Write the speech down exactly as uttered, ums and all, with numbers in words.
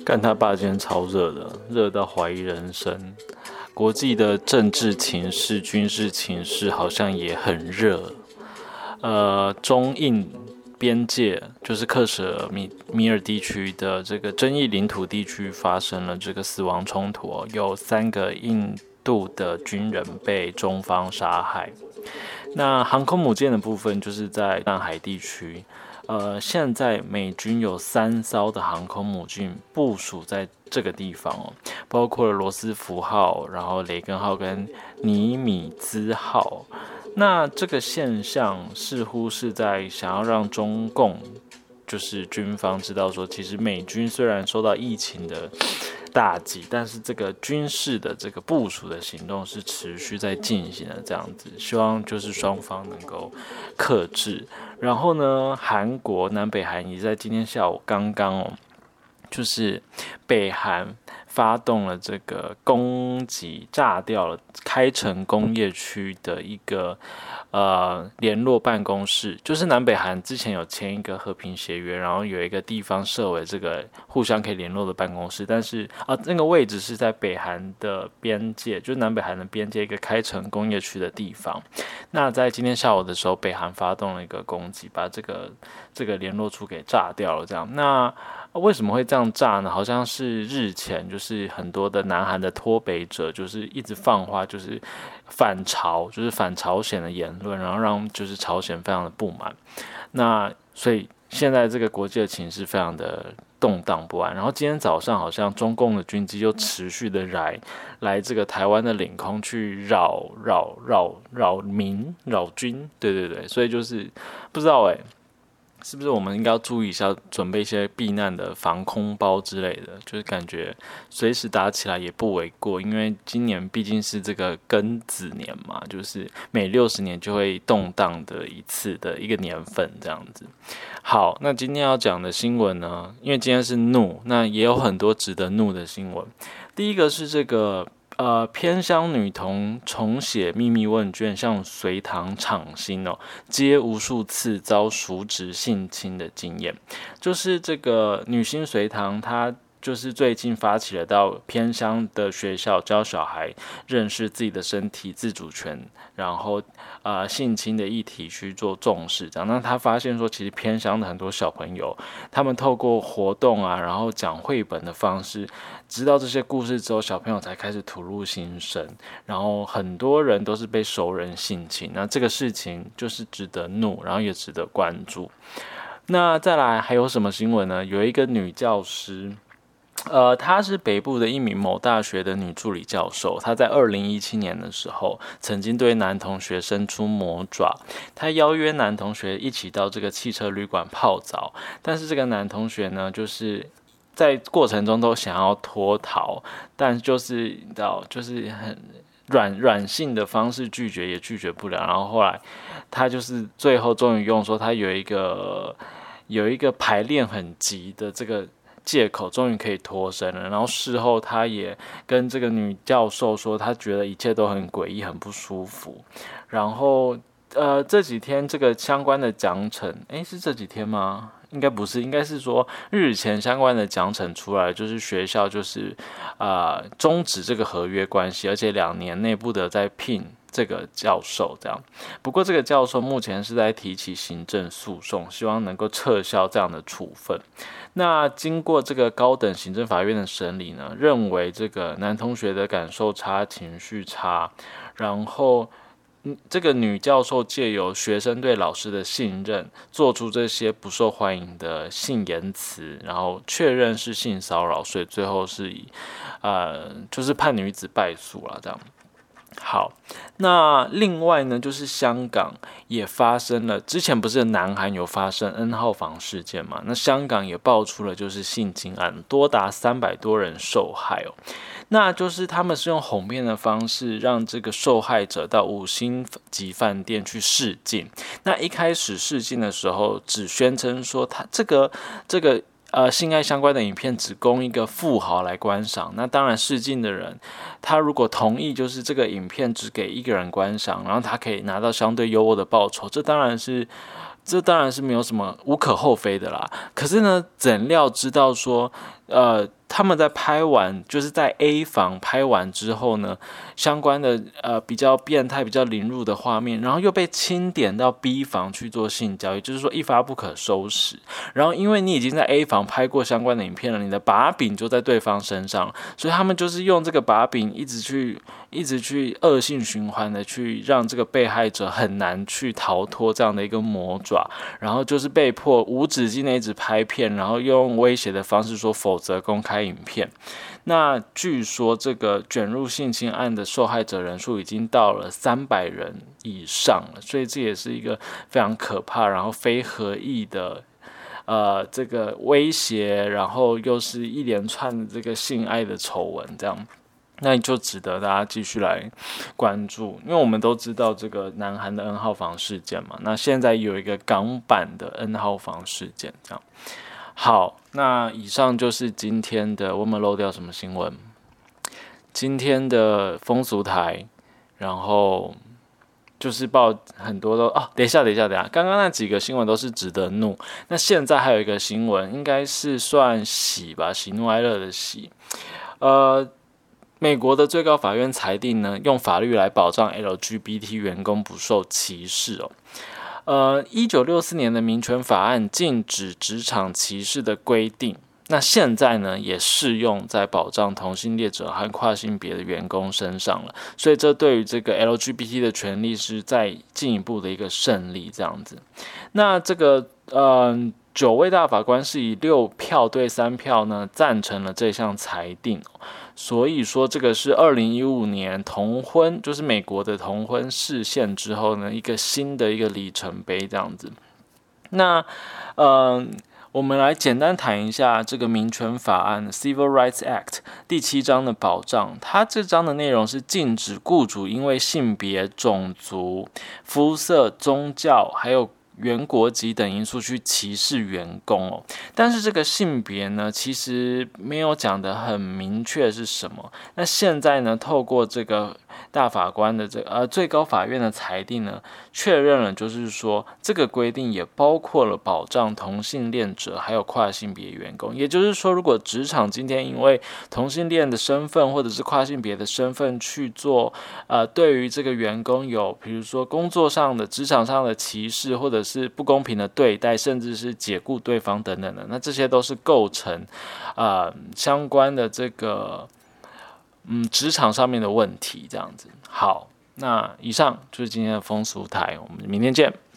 干他爸今天超热的，热到怀疑人生。国际的政治情势、军事情势好像也很热。呃，中印边界就是克什米米尔地区的这个争议领土地区发生了这个死亡冲突、哦，有三个印度的军人被中方杀害。那航空母舰的部分就是在南海地区。呃，现在美军有三艘的航空母舰部署在这个地方哦，包括了罗斯福号、然后雷根号跟尼米兹号。那这个现象似乎是在想要让中共就是军方知道说，其实美军虽然受到疫情的打击，但是这个军事的这个部署的行动是持续在进行的，这样子，希望就是双方能够克制。然后呢，韩国南北韩也在今天下午刚刚哦，就是北韩发动了这个攻击，炸掉了开城工业区的一个呃联络办公室，就是南北韩之前有签一个和平协约，然后有一个地方设为这个互相可以联络的办公室，但是啊那个位置是在北韩的边界，就是南北韩的边界一个开城工业区的地方。那在今天下午的时候，北韩发动了一个攻击，把这个这个联络处给炸掉了。这样，那为什么会这样炸呢？好像是日前就是很多的南韩的脱北者，就是一直放话，就是反朝，就是反朝鲜的言论，然后让就是朝鲜非常的不满。那所以现在这个国际的情势非常的动荡不安。然后今天早上好像中共的军机又持续的来来这个台湾的领空去扰扰扰扰民扰军，对对对，所以就是不知道哎、欸。是不是我们应该要注意一下，准备一些避难的防空包之类的？就是感觉随时打起来也不为过，因为今年毕竟是这个庚子年嘛，就是每六十年就会动荡的一次的一个年份这样子。好，那今天要讲的新闻呢，因为今天是怒，那也有很多值得怒的新闻。第一个是这个。呃，偏乡女童重写秘密问卷，向隋唐敞心哦，接无数次遭叔侄性侵的经验。就是这个女星隋唐，她就是最近发起了到偏乡的学校教小孩认识自己的身体自主权，然后呃性侵的议题去做重视。这样，那她发现说，其实偏乡的很多小朋友，他们透过活动啊，然后讲绘本的方式。知道这些故事之后，小朋友才开始吐露心声，然后很多人都是被熟人性侵，那这个事情就是值得怒，然后也值得关注。那再来还有什么新闻呢？有一个女教师，呃，她是北部的一名某大学的女助理教授，她在二零一七年的时候，曾经对男同学伸出魔爪，她邀约男同学一起到这个汽车旅馆泡澡，但是这个男同学呢，就是在过程中都想要脱逃，但就是你知道，就是很软软性的方式拒绝也拒绝不了。然后后来他就是最后终于用说他有一个有一个排练很急的这个借口，终于可以脱身了。然后事后他也跟这个女教授说，他觉得一切都很诡异，很不舒服。然后呃这几天这个相关的奖惩，诶，是这几天吗？应该不是，应该是说日前相关的奖惩出来，就是学校就是呃终止这个合约关系，而且两年内不得再聘这个教授这样。不过这个教授目前是在提起行政诉讼，希望能够撤销这样的处分。那经过这个高等行政法院的审理呢，认为这个男同学的感受差、情绪差，然后这个女教授借由学生对老师的信任，做出这些不受欢迎的性言辞，然后确认是性骚扰，所以最后是以呃就是判女子败诉了这样。好，那另外呢，就是香港也发生了，之前不是南韩有发生 N 号房事件嘛？那香港也爆出了就是性侵案，多达三百多人受害哦。那就是他们是用哄骗的方式，让这个受害者到五星级饭店去试镜。那一开始试镜的时候，只宣称说他这个这个。呃，性爱相关的影片只供一个富豪来观赏。那当然，试镜的人他如果同意，就是这个影片只给一个人观赏，然后他可以拿到相对优渥的报酬，这当然是这当然是没有什么无可厚非的啦。可是呢，怎料知道说， 呃，他们在拍完，就是在 A 房拍完之后呢，相关的呃比较变态、比较凌辱的画面，然后又被清点到 B 房去做性交易，就是说一发不可收拾。然后因为你已经在 A 房拍过相关的影片了，你的把柄就在对方身上，所以他们就是用这个把柄一直去、一直去恶性循环的去让这个被害者很难去逃脱这样的一个魔爪，然后就是被迫无止境的一直拍片，然后用威胁的方式说否则公开影片。那据说这个卷入性侵案的受害者人数已经到了三百人以上了，所以这也是一个非常可怕，然后非合意的呃这个威胁，然后又是一连串的这个性爱的丑闻，这样。那就值得大家继续来关注，因为我们都知道这个南韩的 N 号房事件嘛，那现在有一个港版的 N 号房事件，这样。好，那以上就是今天的，我们漏掉什么新闻？今天的风俗台，然后就是报很多都哦，等一下，等一下，等一下，刚刚那几个新闻都是值得怒，那现在还有一个新闻，应该是算喜吧，喜怒哀乐的喜，呃。美国的最高法院裁定呢，用法律来保障 L G B T 员工不受歧视哦。呃，一九六四年的民权法案禁止职场歧视的规定，那现在呢也适用在保障同性恋者和跨性别的员工身上了。所以这对于这个 L G B T 的权利是再进一步的一个胜利，这样子。那这个呃。九位大法官是以六票对三票呢赞成了这项裁定，所以说这个是二零一五年同婚，就是美国的同婚释宪之后呢一个新的一个里程碑这样子。那呃，我们来简单谈一下这个民权法案 Civil Rights Act 第七章的保障。它这章的内容是禁止雇主因为性别、种族、肤色、宗教还有原国籍等因素去歧视员工哦，但是这个性别呢，其实没有讲得很明确是什么。那现在呢，透过这个大法官的这个呃最高法院的裁定呢，确认了就是说这个规定也包括了保障同性恋者还有跨性别员工。也就是说，如果职场今天因为同性恋的身份或者是跨性别的身份去做呃对于这个员工有比如说工作上的职场上的歧视或者是是不公平的对待，甚至是解雇对方等等的，那这些都是构成呃相关的这个嗯职场上面的问题，这样子。好，那以上就是今天的风俗台，我们明天见。